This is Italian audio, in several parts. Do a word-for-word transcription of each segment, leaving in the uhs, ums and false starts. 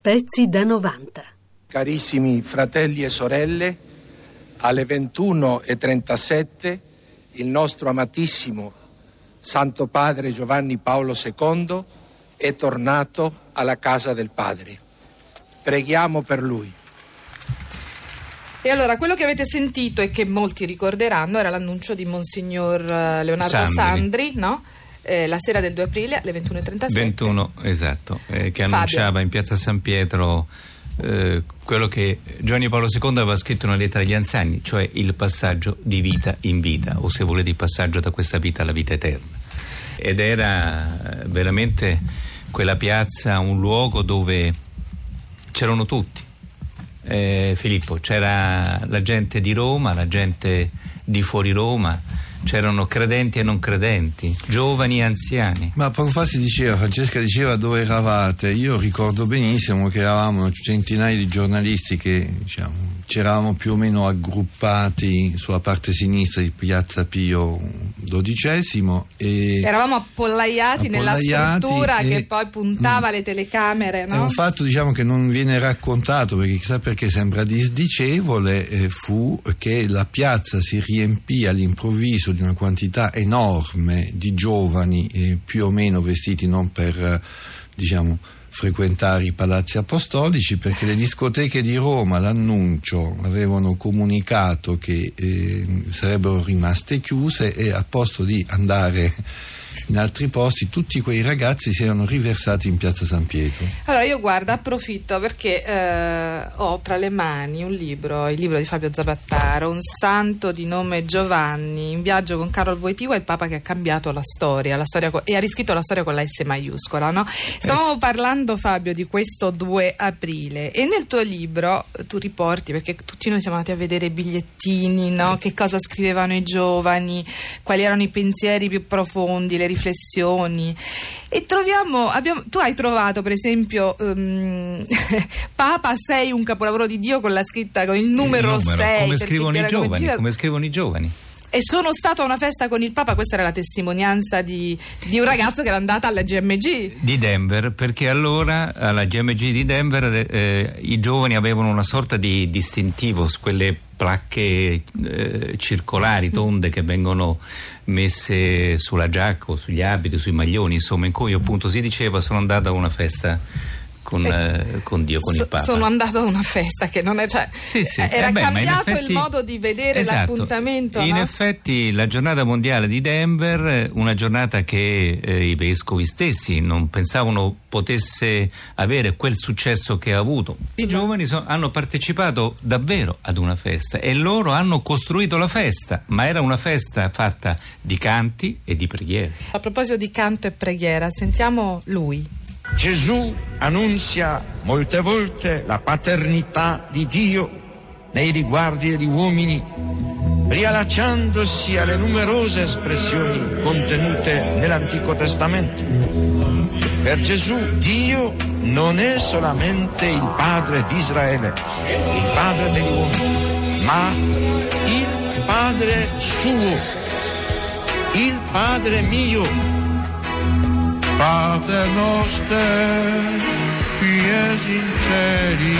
Pezzi da novanta. Carissimi fratelli e sorelle, alle ventuno e trentasette il nostro amatissimo Santo Padre Giovanni Paolo secondo è tornato alla casa del Padre. Preghiamo per lui. E allora, quello che avete sentito e che molti ricorderanno era l'annuncio di Monsignor Leonardo Sandri, Sandri no? Eh, la sera del due aprile alle ventuno e trentasette. ventuno, esatto, eh, che Fabio. annunciava in piazza San Pietro eh, quello che Giovanni Paolo secondo aveva scritto nella lettera agli anziani, cioè il passaggio di vita in vita, o se volete il passaggio da questa vita alla vita eterna. Ed era veramente quella piazza un luogo dove c'erano tutti. Eh, Filippo, c'era la gente di Roma, la gente di fuori Roma, c'erano credenti e non credenti, giovani e anziani. Ma poco fa si diceva, Francesca diceva dove eravate. Io ricordo benissimo che eravamo centinaia di giornalisti che, diciamo, c'eravamo più o meno aggruppati sulla parte sinistra di piazza Pio dodicesimo e eravamo appollaiati, appollaiati nella struttura e, che poi puntava mh, le telecamere, no? È un fatto, diciamo, che non viene raccontato, perché chissà perché sembra disdicevole. Eh, fu che la piazza si riempì all'improvviso di una quantità enorme di giovani, eh, più o meno vestiti non per, eh, diciamo, frequentare i palazzi apostolici, perché le discoteche di Roma, l'annuncio, avevano comunicato che eh, sarebbero rimaste chiuse, e a posto di andare in altri posti tutti quei ragazzi si erano riversati in piazza San Pietro. Allora io guarda approfitto perché eh, ho tra le mani un libro, il libro di Fabio Zabattaro, Un santo di nome Giovanni, in viaggio con Karol Wojtyła, il Papa che ha cambiato la storia, la storia co- e ha riscritto la storia con la S maiuscola, no? Stavamo eh. parlando, Fabio, di questo due aprile, e nel tuo libro tu riporti, perché tutti noi siamo andati a vedere i bigliettini, no? Che cosa scrivevano i giovani, quali erano i pensieri più profondi, le riflessioni, e troviamo abbiamo, tu hai trovato per esempio um, Papa sei un capolavoro di Dio, con la scritta con il numero, il numero sei, come scrivono i giovani come, come scrivono i giovani e sono stato a una festa con il Papa. Questa era la testimonianza di, di un ragazzo che era andato alla G M G di Denver, perché allora alla G M G di Denver eh, i giovani avevano una sorta di distintivo, quelle placche eh, circolari, tonde, che vengono messe sulla giacca o sugli abiti, sui maglioni, insomma, in cui appunto si diceva: sono andato a una festa con, eh, con Dio, con so, il Papa. Sono andato a una festa che non è, cioè, sì, sì. era eh beh, cambiato effetti, il modo di vedere, esatto, l'appuntamento. In no? effetti la giornata mondiale di Denver, una giornata che eh, i vescovi stessi non pensavano potesse avere quel successo che ha avuto. I giovani so, hanno partecipato davvero ad una festa, e loro hanno costruito la festa, ma era una festa fatta di canti e di preghiere. A proposito di canto e preghiera, sentiamo lui. Gesù annunzia molte volte la paternità di Dio nei riguardi degli uomini, riallacciandosi alle numerose espressioni contenute nell'Antico Testamento. Per Gesù Dio non è solamente il Padre di Israele, il Padre degli uomini, ma il Padre suo, il Padre mio. Pater noster, qui es in celi,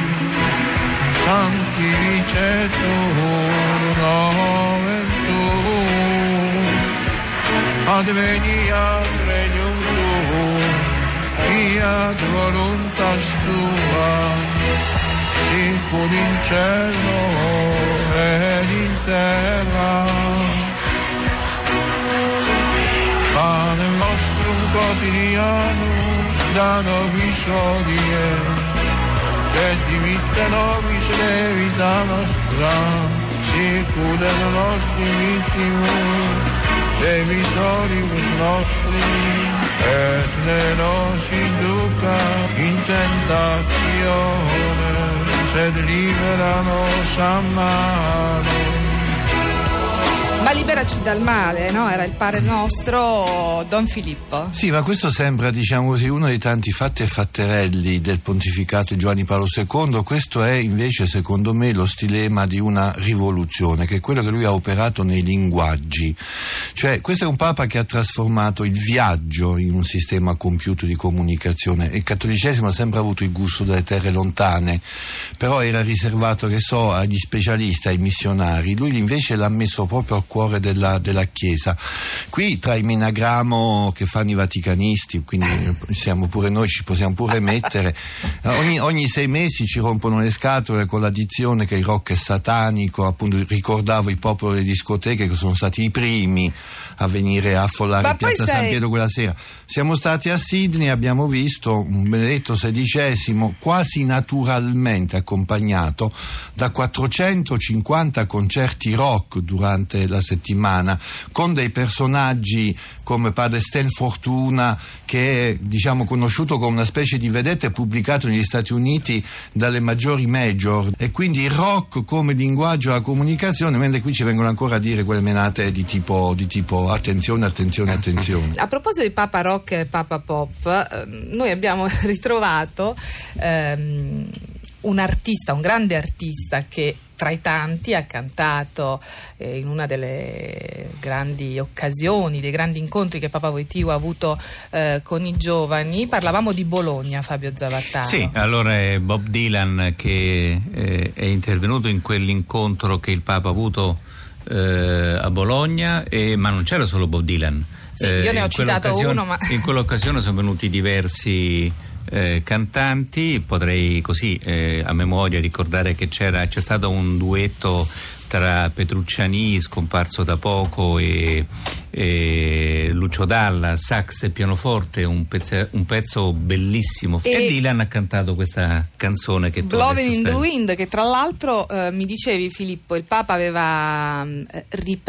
sanctificetur nomen tuum, adveniat regnum tuum, fiat voluntas tua, sicur in cielo ed in terra. Pane nostrum quotidianum da nobis hodie, et dimitte nobis debita nostra, sicur et nostri vittimus debitoribus nostri, et ne nos induca in tentatione, sed libera nos a malo. Ma liberaci dal male, no? Era il Padre nostro Don Filippo. Sì, ma questo sembra, diciamo così, uno dei tanti fatti e fatterelli del pontificato di Giovanni Paolo secondo. Questo è invece, secondo me, lo stilema di una rivoluzione, che è quello che lui ha operato nei linguaggi. Cioè, questo è un Papa che ha trasformato il viaggio in un sistema compiuto di comunicazione. Il cattolicesimo ha sempre avuto il gusto delle terre lontane, però era riservato, che so, agli specialisti, ai missionari. Lui invece l'ha messo proprio al cuore della, della Chiesa. Qui tra i menagramo che fanno i vaticanisti, quindi siamo pure noi, ci possiamo pure mettere, ogni, ogni sei mesi ci rompono le scatole con la dizione che il rock è satanico. Appunto, ricordavo il popolo delle discoteche, che sono stati i primi a venire a affollare Ma Piazza sei... San Pietro quella sera. Siamo stati a Sydney, abbiamo visto un Benedetto sedicesimo quasi naturalmente accompagnato da quattrocentocinquanta concerti rock durante la settimana, con dei personaggi come padre Stan Fortuna, che è, diciamo, conosciuto come una specie di vedetta, pubblicato negli Stati Uniti dalle maggiori major, e quindi il rock come linguaggio alla comunicazione, mentre qui ci vengono ancora a dire quelle menate di tipo, di tipo attenzione, attenzione, attenzione. A proposito di Papa Rock e Papa Pop, eh, noi abbiamo ritrovato ehm, un artista, un grande artista che tra i tanti ha cantato eh, in una delle grandi occasioni, dei grandi incontri che Papa Wojtyła ha avuto eh, con i giovani. Parlavamo di Bologna, Fabio Zavattaro. Sì, allora è Bob Dylan che eh, è intervenuto in quell'incontro che il Papa ha avuto eh, a Bologna, e, ma non c'era solo Bob Dylan. Sì, eh, io ne ho citato uno, ma... In quell'occasione sono venuti diversi Eh, cantanti. Potrei così eh, a memoria ricordare che c'era c'è stato un duetto tra Petrucciani, scomparso da poco, e, e Lucio Dalla, sax e pianoforte, un pezzo, un pezzo bellissimo, e, e Dylan ha cantato questa canzone che tu Blowing in the stai... Wind, che tra l'altro eh, mi dicevi, Filippo, il Papa aveva eh,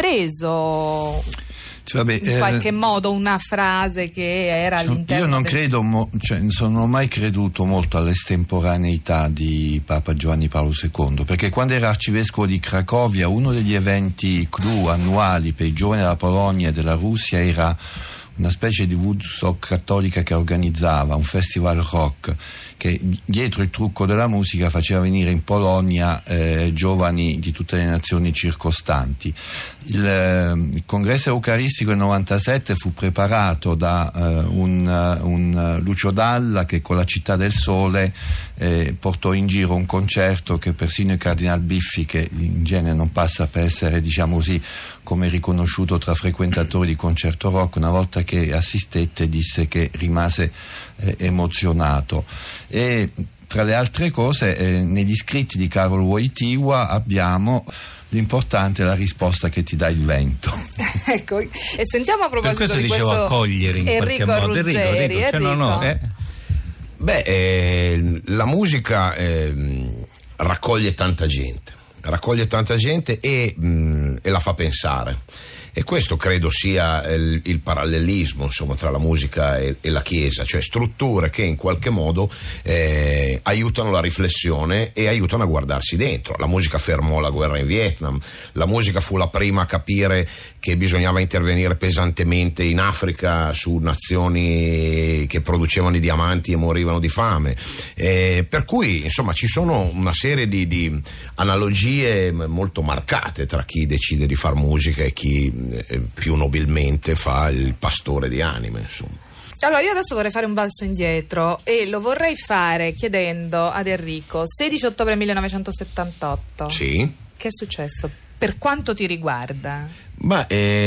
ripreso Cioè, vabbè, in qualche eh, modo una frase che era cioè, all'interno io non del... credo mo, cioè, non ho mai creduto molto all'estemporaneità di Papa Giovanni Paolo secondo, perché quando era arcivescovo di Cracovia uno degli eventi clou annuali per i giovani della Polonia e della Russia era una specie di Woodstock cattolica che organizzava un festival rock che dietro il trucco della musica faceva venire in Polonia eh, giovani di tutte le nazioni circostanti. Il, eh, il congresso eucaristico del novantasette fu preparato da eh, un, un Lucio Dalla che con la Città del Sole eh, portò in giro un concerto che persino il Cardinal Biffi, che in genere non passa per essere, diciamo così, come riconosciuto tra frequentatori di concerto rock, una volta che assistette disse che rimase eh, emozionato. E tra le altre cose eh, negli scritti di Karol Wojtyła abbiamo l'importante è la risposta che ti dà il vento. Ecco, e sentiamo a proposito per questo di dicevo questo accogliere in Enrico qualche modo. Ruggeri. Enrico, Enrico, cioè, no, no, eh. Beh, eh, la musica eh, raccoglie tanta gente, raccoglie tanta gente e, mh, e la fa pensare. E questo credo sia il, il parallelismo, insomma, tra la musica e, e la Chiesa, cioè strutture che in qualche modo eh, aiutano la riflessione e aiutano a guardarsi dentro. La musica fermò la guerra in Vietnam, la musica fu la prima a capire che bisognava intervenire pesantemente in Africa su nazioni che producevano i diamanti e morivano di fame. Eh, per cui, insomma, ci sono una serie di, di analogie molto marcate tra chi decide di far musica e chi più nobilmente fa il pastore di anime, insomma. Allora, io adesso vorrei fare un balzo indietro e lo vorrei fare chiedendo ad Enrico: sedici ottobre millenovecentosettantotto. Sì. Che è successo? Per quanto ti riguarda? Ma,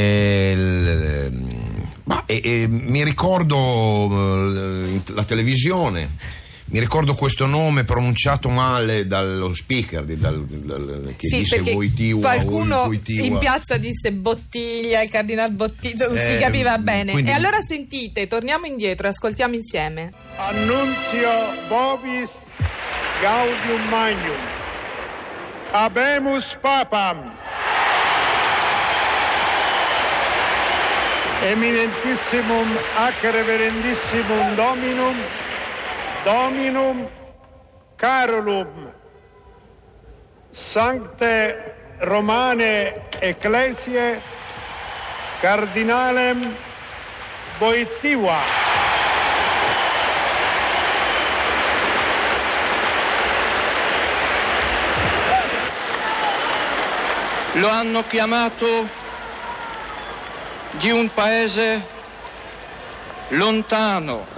eh, ma eh, eh, mi ricordo eh, la televisione. Mi ricordo questo nome pronunciato male dallo speaker dal, dal, che sì, disse Wojtyła. Qualcuno Wojtyła. In piazza disse Bottiglia, il cardinal Bottiglia, non eh, si capiva bene. Quindi... E allora sentite, torniamo indietro e ascoltiamo insieme. Annunzio vobis gaudium magnum. Habemus papam. Eminentissimum ac reverendissimum dominum Dominum Carolum Sancte Romane Ecclesiae Cardinalem Wojtyła. Lo hanno chiamato di un paese lontano.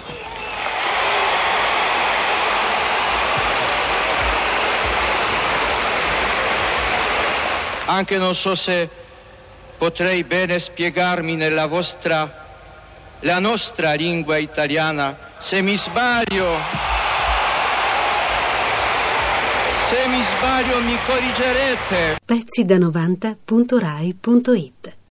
Anche non so se potrei bene spiegarmi nella vostra, la nostra lingua italiana. Se mi sbaglio, se mi sbaglio mi corrigerete. pezzi da novanta punto rai punto it